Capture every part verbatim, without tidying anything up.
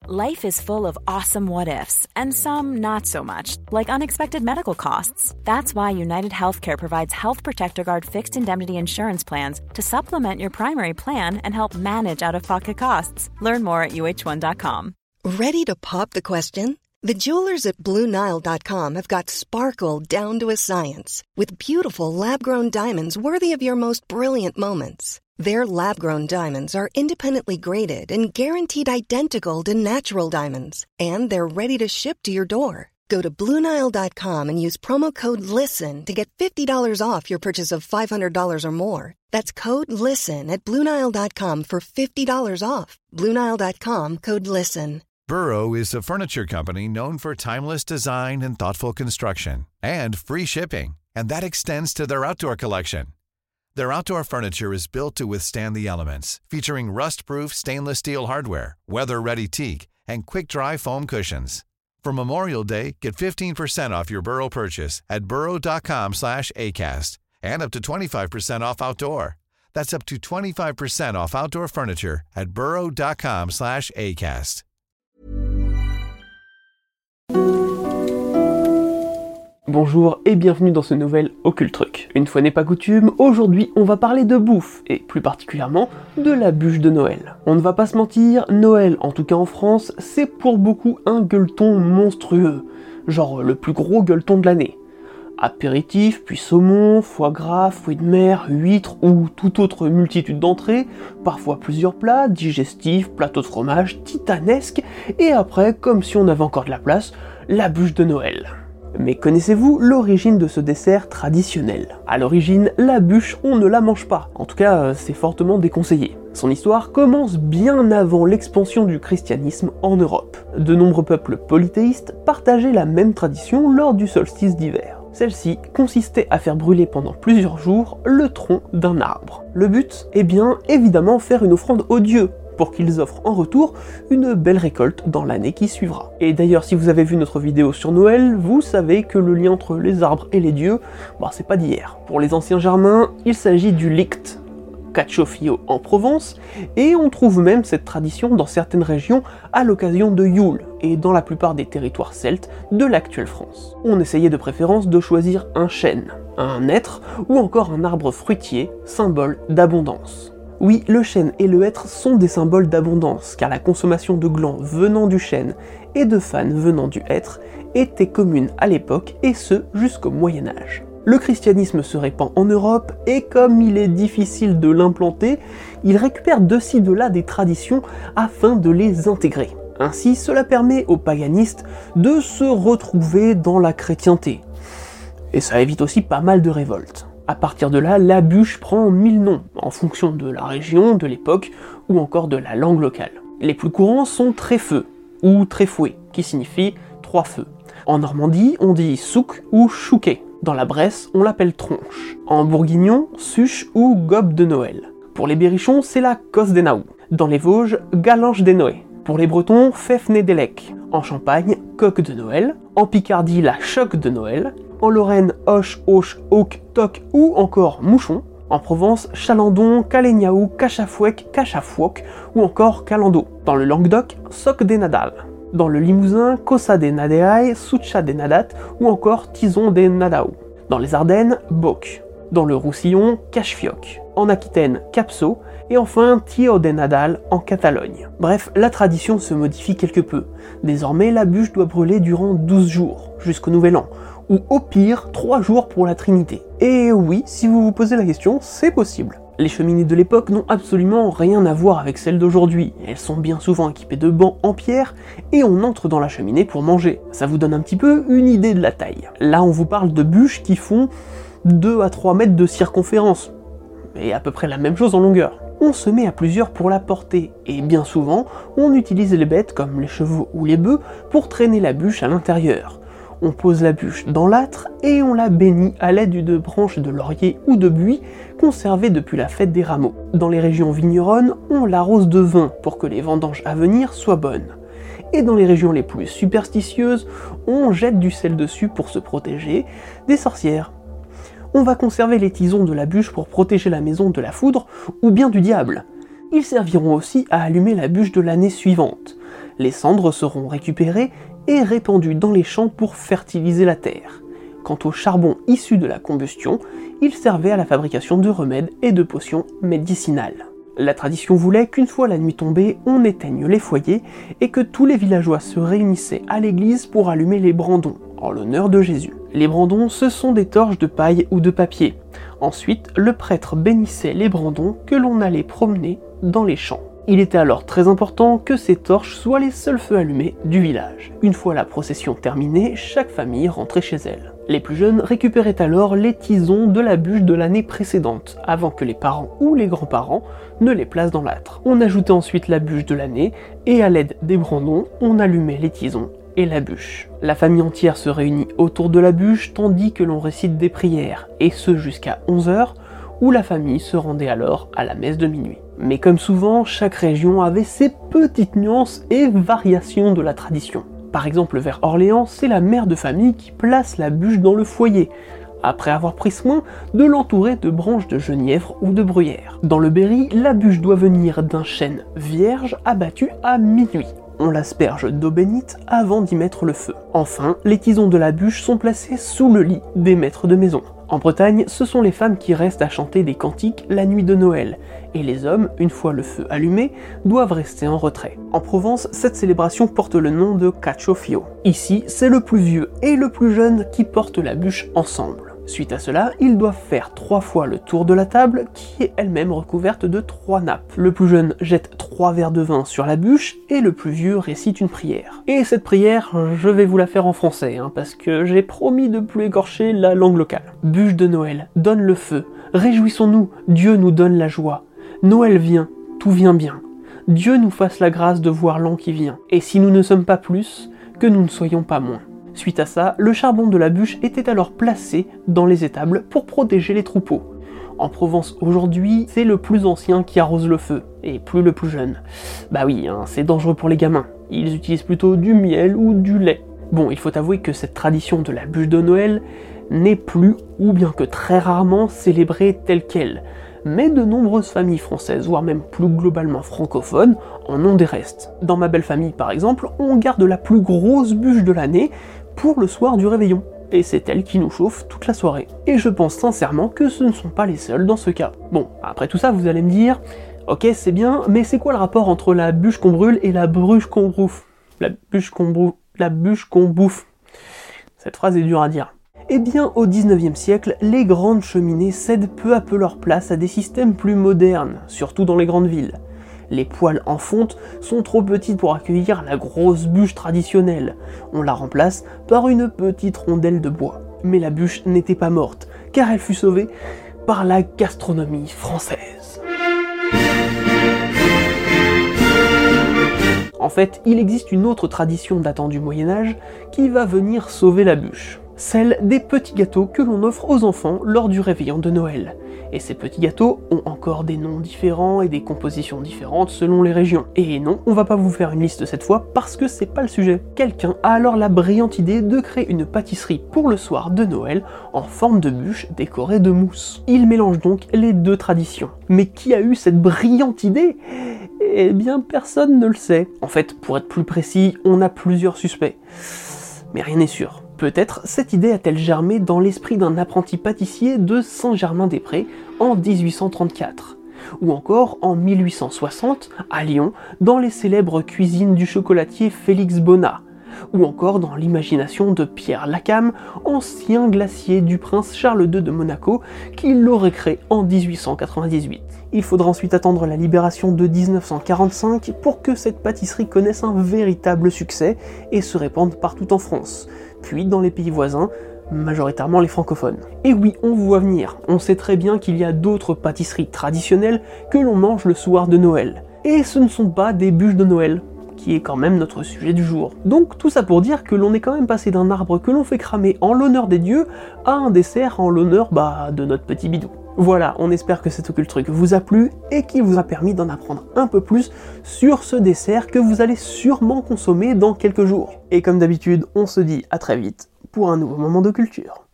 Life is full of awesome what-ifs, and some not so much, like unexpected medical costs. That's why United Healthcare provides Health Protector Guard fixed indemnity insurance plans to supplement your primary plan and help manage out-of-pocket costs. Learn more at U H one dot com. Ready to pop the question? The jewelers at Blue Nile dot com have got sparkle down to a science with beautiful lab-grown diamonds worthy of your most brilliant moments. Their lab-grown diamonds are independently graded and guaranteed identical to natural diamonds, and they're ready to ship to your door. Go to Blue Nile dot com and use promo code LISTEN to get fifty dollars off your purchase of five hundred dollars or more. That's code LISTEN at Blue Nile dot com for fifty dollars off. Blue Nile dot com, code LISTEN. Burrow is a furniture company known for timeless design and thoughtful construction, and free shipping, and that extends to their outdoor collection. Their outdoor furniture is built to withstand the elements, featuring rust-proof stainless steel hardware, weather-ready teak, and quick-dry foam cushions. For Memorial Day, get fifteen percent off your Burrow purchase at burrow dot com slash acast, and up to twenty-five percent off outdoor. That's up to twenty-five percent off outdoor furniture at burrow dot com slash acast. Bonjour et bienvenue dans ce nouvel Ocult Truc. Une fois n'est pas coutume, aujourd'hui on va parler de bouffe, et plus particulièrement de la bûche de Noël. On ne va pas se mentir, Noël, en tout cas en France, c'est pour beaucoup un gueuleton monstrueux, genre le plus gros gueuleton de l'année. Apéritif, puis saumon, foie gras, fruits de mer, huîtres ou toute autre multitude d'entrées, parfois plusieurs plats, digestifs, plateaux de fromage, titanesques, et après, comme si on avait encore de la place, la bûche de Noël. Mais connaissez-vous l'origine de ce dessert traditionnel? À l'origine, la bûche, on ne la mange pas. En tout cas, c'est fortement déconseillé. Son histoire commence bien avant l'expansion du christianisme en Europe. De nombreux peuples polythéistes partageaient la même tradition lors du solstice d'hiver. Celle-ci consistait à faire brûler pendant plusieurs jours le tronc d'un arbre. Le but est bien évidemment faire une offrande aux dieux, pour qu'ils offrent en retour une belle récolte dans l'année qui suivra. Et d'ailleurs, si vous avez vu notre vidéo sur Noël, vous savez que le lien entre les arbres et les dieux, bah c'est pas d'hier. Pour les anciens germains, il s'agit du Licht, Caciofio en Provence, et on trouve même cette tradition dans certaines régions à l'occasion de Yule, et dans la plupart des territoires celtes de l'actuelle France. On essayait de préférence de choisir un chêne, un hêtre ou encore un arbre fruitier, symbole d'abondance. Oui, le chêne et le hêtre sont des symboles d'abondance, car la consommation de glands venant du chêne et de fanes venant du hêtre était commune à l'époque, et ce jusqu'au Moyen-Âge. Le christianisme se répand en Europe, et comme il est difficile de l'implanter, il récupère de ci de là des traditions afin de les intégrer. Ainsi, cela permet aux paganistes de se retrouver dans la chrétienté. Et ça évite aussi pas mal de révoltes. À partir de là, la bûche prend mille noms, en fonction de la région, de l'époque, ou encore de la langue locale. Les plus courants sont tréfeu, ou tréfoué, qui signifie trois feux. En Normandie, on dit souk ou chouquet. Dans la Bresse, on l'appelle tronche. En bourguignon, suche ou gobe de Noël. Pour les berrichons, c'est la cosse des naou. Dans les Vosges, galanche des Noé. Pour les Bretons, fefné d'Elec. En Champagne, coque de Noël. En Picardie, la choque de Noël. En Lorraine, hoche, hoche, hauque, toc ou encore mouchon. En Provence, chalandon, caléniaou, cachafouec, cachafouoc ou encore calando. Dans le Languedoc, soc des nadal. Dans le Limousin, cosa des nadeae, soucha des nadat ou encore tison des nadaou. Dans les Ardennes, boc. Dans le Roussillon, cachefioc. En Aquitaine, capso. Et enfin, tio des nadal en Catalogne. Bref, la tradition se modifie quelque peu. Désormais, la bûche doit brûler durant douze jours, jusqu'au Nouvel An, ou au pire, trois jours pour la Trinité. Et oui, si vous vous posez la question, c'est possible. Les cheminées de l'époque n'ont absolument rien à voir avec celles d'aujourd'hui. Elles sont bien souvent équipées de bancs en pierre, et on entre dans la cheminée pour manger. Ça vous donne un petit peu une idée de la taille. Là, on vous parle de bûches qui font deux à trois mètres de circonférence, et à peu près la même chose en longueur. On se met à plusieurs pour la porter, et bien souvent, on utilise les bêtes comme les chevaux ou les bœufs pour traîner la bûche à l'intérieur. On pose la bûche dans l'âtre et on la bénit à l'aide de branches de laurier ou de buis conservées depuis la fête des rameaux. Dans les régions vigneronnes, on l'arrose de vin pour que les vendanges à venir soient bonnes. Et dans les régions les plus superstitieuses, on jette du sel dessus pour se protéger des sorcières. On va conserver les tisons de la bûche pour protéger la maison de la foudre ou bien du diable. Ils serviront aussi à allumer la bûche de l'année suivante. Les cendres seront récupérées et répandues dans les champs pour fertiliser la terre. Quant au charbon issu de la combustion, il servait à la fabrication de remèdes et de potions médicinales. La tradition voulait qu'une fois la nuit tombée, on éteigne les foyers et que tous les villageois se réunissaient à l'église pour allumer les brandons, en l'honneur de Jésus. Les brandons, ce sont des torches de paille ou de papier. Ensuite, le prêtre bénissait les brandons que l'on allait promener dans les champs. Il était alors très important que ces torches soient les seuls feux allumés du village. Une fois la procession terminée, chaque famille rentrait chez elle. Les plus jeunes récupéraient alors les tisons de la bûche de l'année précédente, avant que les parents ou les grands-parents ne les placent dans l'âtre. On ajoutait ensuite la bûche de l'année, et à l'aide des brandons, on allumait les tisons et la bûche. La famille entière se réunit autour de la bûche tandis que l'on récite des prières, et ce jusqu'à onze heures, où la famille se rendait alors à la messe de minuit. Mais comme souvent, chaque région avait ses petites nuances et variations de la tradition. Par exemple, vers Orléans, c'est la mère de famille qui place la bûche dans le foyer, après avoir pris soin de l'entourer de branches de genièvre ou de bruyère. Dans le Berry, la bûche doit venir d'un chêne vierge abattu à minuit. On l'asperge d'eau bénite avant d'y mettre le feu. Enfin, les tisons de la bûche sont placés sous le lit des maîtres de maison. En Bretagne, ce sont les femmes qui restent à chanter des cantiques la nuit de Noël, et les hommes, une fois le feu allumé, doivent rester en retrait. En Provence, cette célébration porte le nom de Cacciofio. Ici, c'est le plus vieux et le plus jeune qui portent la bûche ensemble. Suite à cela, ils doivent faire trois fois le tour de la table, qui est elle-même recouverte de trois nappes. Le plus jeune jette trois verres de vin sur la bûche, et le plus vieux récite une prière. Et cette prière, je vais vous la faire en français, hein, parce que j'ai promis de plus écorcher la langue locale. Bûche de Noël, donne le feu, réjouissons-nous, Dieu nous donne la joie. Noël vient, tout vient bien. Dieu nous fasse la grâce de voir l'an qui vient, et si nous ne sommes pas plus, que nous ne soyons pas moins. Suite à ça, le charbon de la bûche était alors placé dans les étables pour protéger les troupeaux. En Provence aujourd'hui, c'est le plus ancien qui arrose le feu, et plus le plus jeune. Bah oui, hein, c'est dangereux pour les gamins, ils utilisent plutôt du miel ou du lait. Bon, il faut avouer que cette tradition de la bûche de Noël n'est plus, ou bien que très rarement, célébrée telle qu'elle. Mais de nombreuses familles françaises, voire même plus globalement francophones, en ont des restes. Dans ma belle famille par exemple, on garde la plus grosse bûche de l'année pour le soir du réveillon, et c'est elle qui nous chauffe toute la soirée. Et je pense sincèrement que ce ne sont pas les seuls dans ce cas. Bon, après tout ça, vous allez me dire, ok c'est bien, mais c'est quoi le rapport entre la bûche qu'on brûle et la bûche qu'on bouffe? La bûche qu'on bouffe... La bûche qu'on bouffe... Cette phrase est dure à dire. Eh bien, au dix-neuvième siècle, les grandes cheminées cèdent peu à peu leur place à des systèmes plus modernes, surtout dans les grandes villes. Les poêles en fonte sont trop petites pour accueillir la grosse bûche traditionnelle. On la remplace par une petite rondelle de bois. Mais la bûche n'était pas morte, car elle fut sauvée par la gastronomie française. En fait, il existe une autre tradition datant du Moyen-Âge qui va venir sauver la bûche. Celle des petits gâteaux que l'on offre aux enfants lors du réveillon de Noël. Et ces petits gâteaux ont encore des noms différents et des compositions différentes selon les régions. Et non, on va pas vous faire une liste cette fois parce que c'est pas le sujet. Quelqu'un a alors la brillante idée de créer une pâtisserie pour le soir de Noël en forme de bûche décorée de mousse. Il mélange donc les deux traditions. Mais qui a eu cette brillante idée ? Eh bien personne ne le sait. En fait, pour être plus précis, on a plusieurs suspects. Mais rien n'est sûr. Peut-être cette idée a-t-elle germé dans l'esprit d'un apprenti pâtissier de Saint-Germain-des-Prés en dix-huit cent trente-quatre, ou encore en mille huit cent soixante à Lyon dans les célèbres cuisines du chocolatier Félix Bonnat, ou encore dans l'imagination de Pierre Lacam, ancien glacier du prince Charles deux de Monaco, qui l'aurait créé en dix-huit cent quatre-vingt-dix-huit. Il faudra ensuite attendre la libération de dix-neuf cent quarante-cinq pour que cette pâtisserie connaisse un véritable succès et se répande partout en France, puis dans les pays voisins, majoritairement les francophones. Et oui, on vous voit venir, on sait très bien qu'il y a d'autres pâtisseries traditionnelles que l'on mange le soir de Noël. Et ce ne sont pas des bûches de Noël, qui est quand même notre sujet du jour. Donc tout ça pour dire que l'on est quand même passé d'un arbre que l'on fait cramer en l'honneur des dieux à un dessert en l'honneur bah, de notre petit bidou. Voilà, on espère que cet Occulte Truc vous a plu et qu'il vous a permis d'en apprendre un peu plus sur ce dessert que vous allez sûrement consommer dans quelques jours. Et comme d'habitude, on se dit à très vite pour un nouveau moment de culture.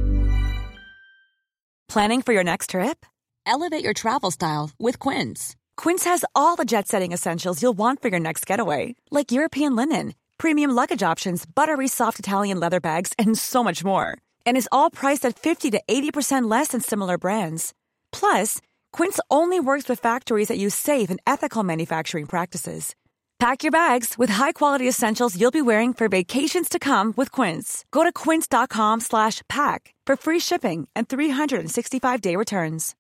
Planning for your next trip? Elevate your travel style with Quince. Quince has all the jet-setting essentials you'll want for your next getaway, like European linen, premium luggage options, buttery soft Italian leather bags, and so much more. And is all priced at fifty to eighty percent less than similar brands. Plus, Quince only works with factories that use safe and ethical manufacturing practices. Pack your bags with high-quality essentials you'll be wearing for vacations to come with Quince. Go to quince.com slash pack for free shipping and three sixty-five day returns.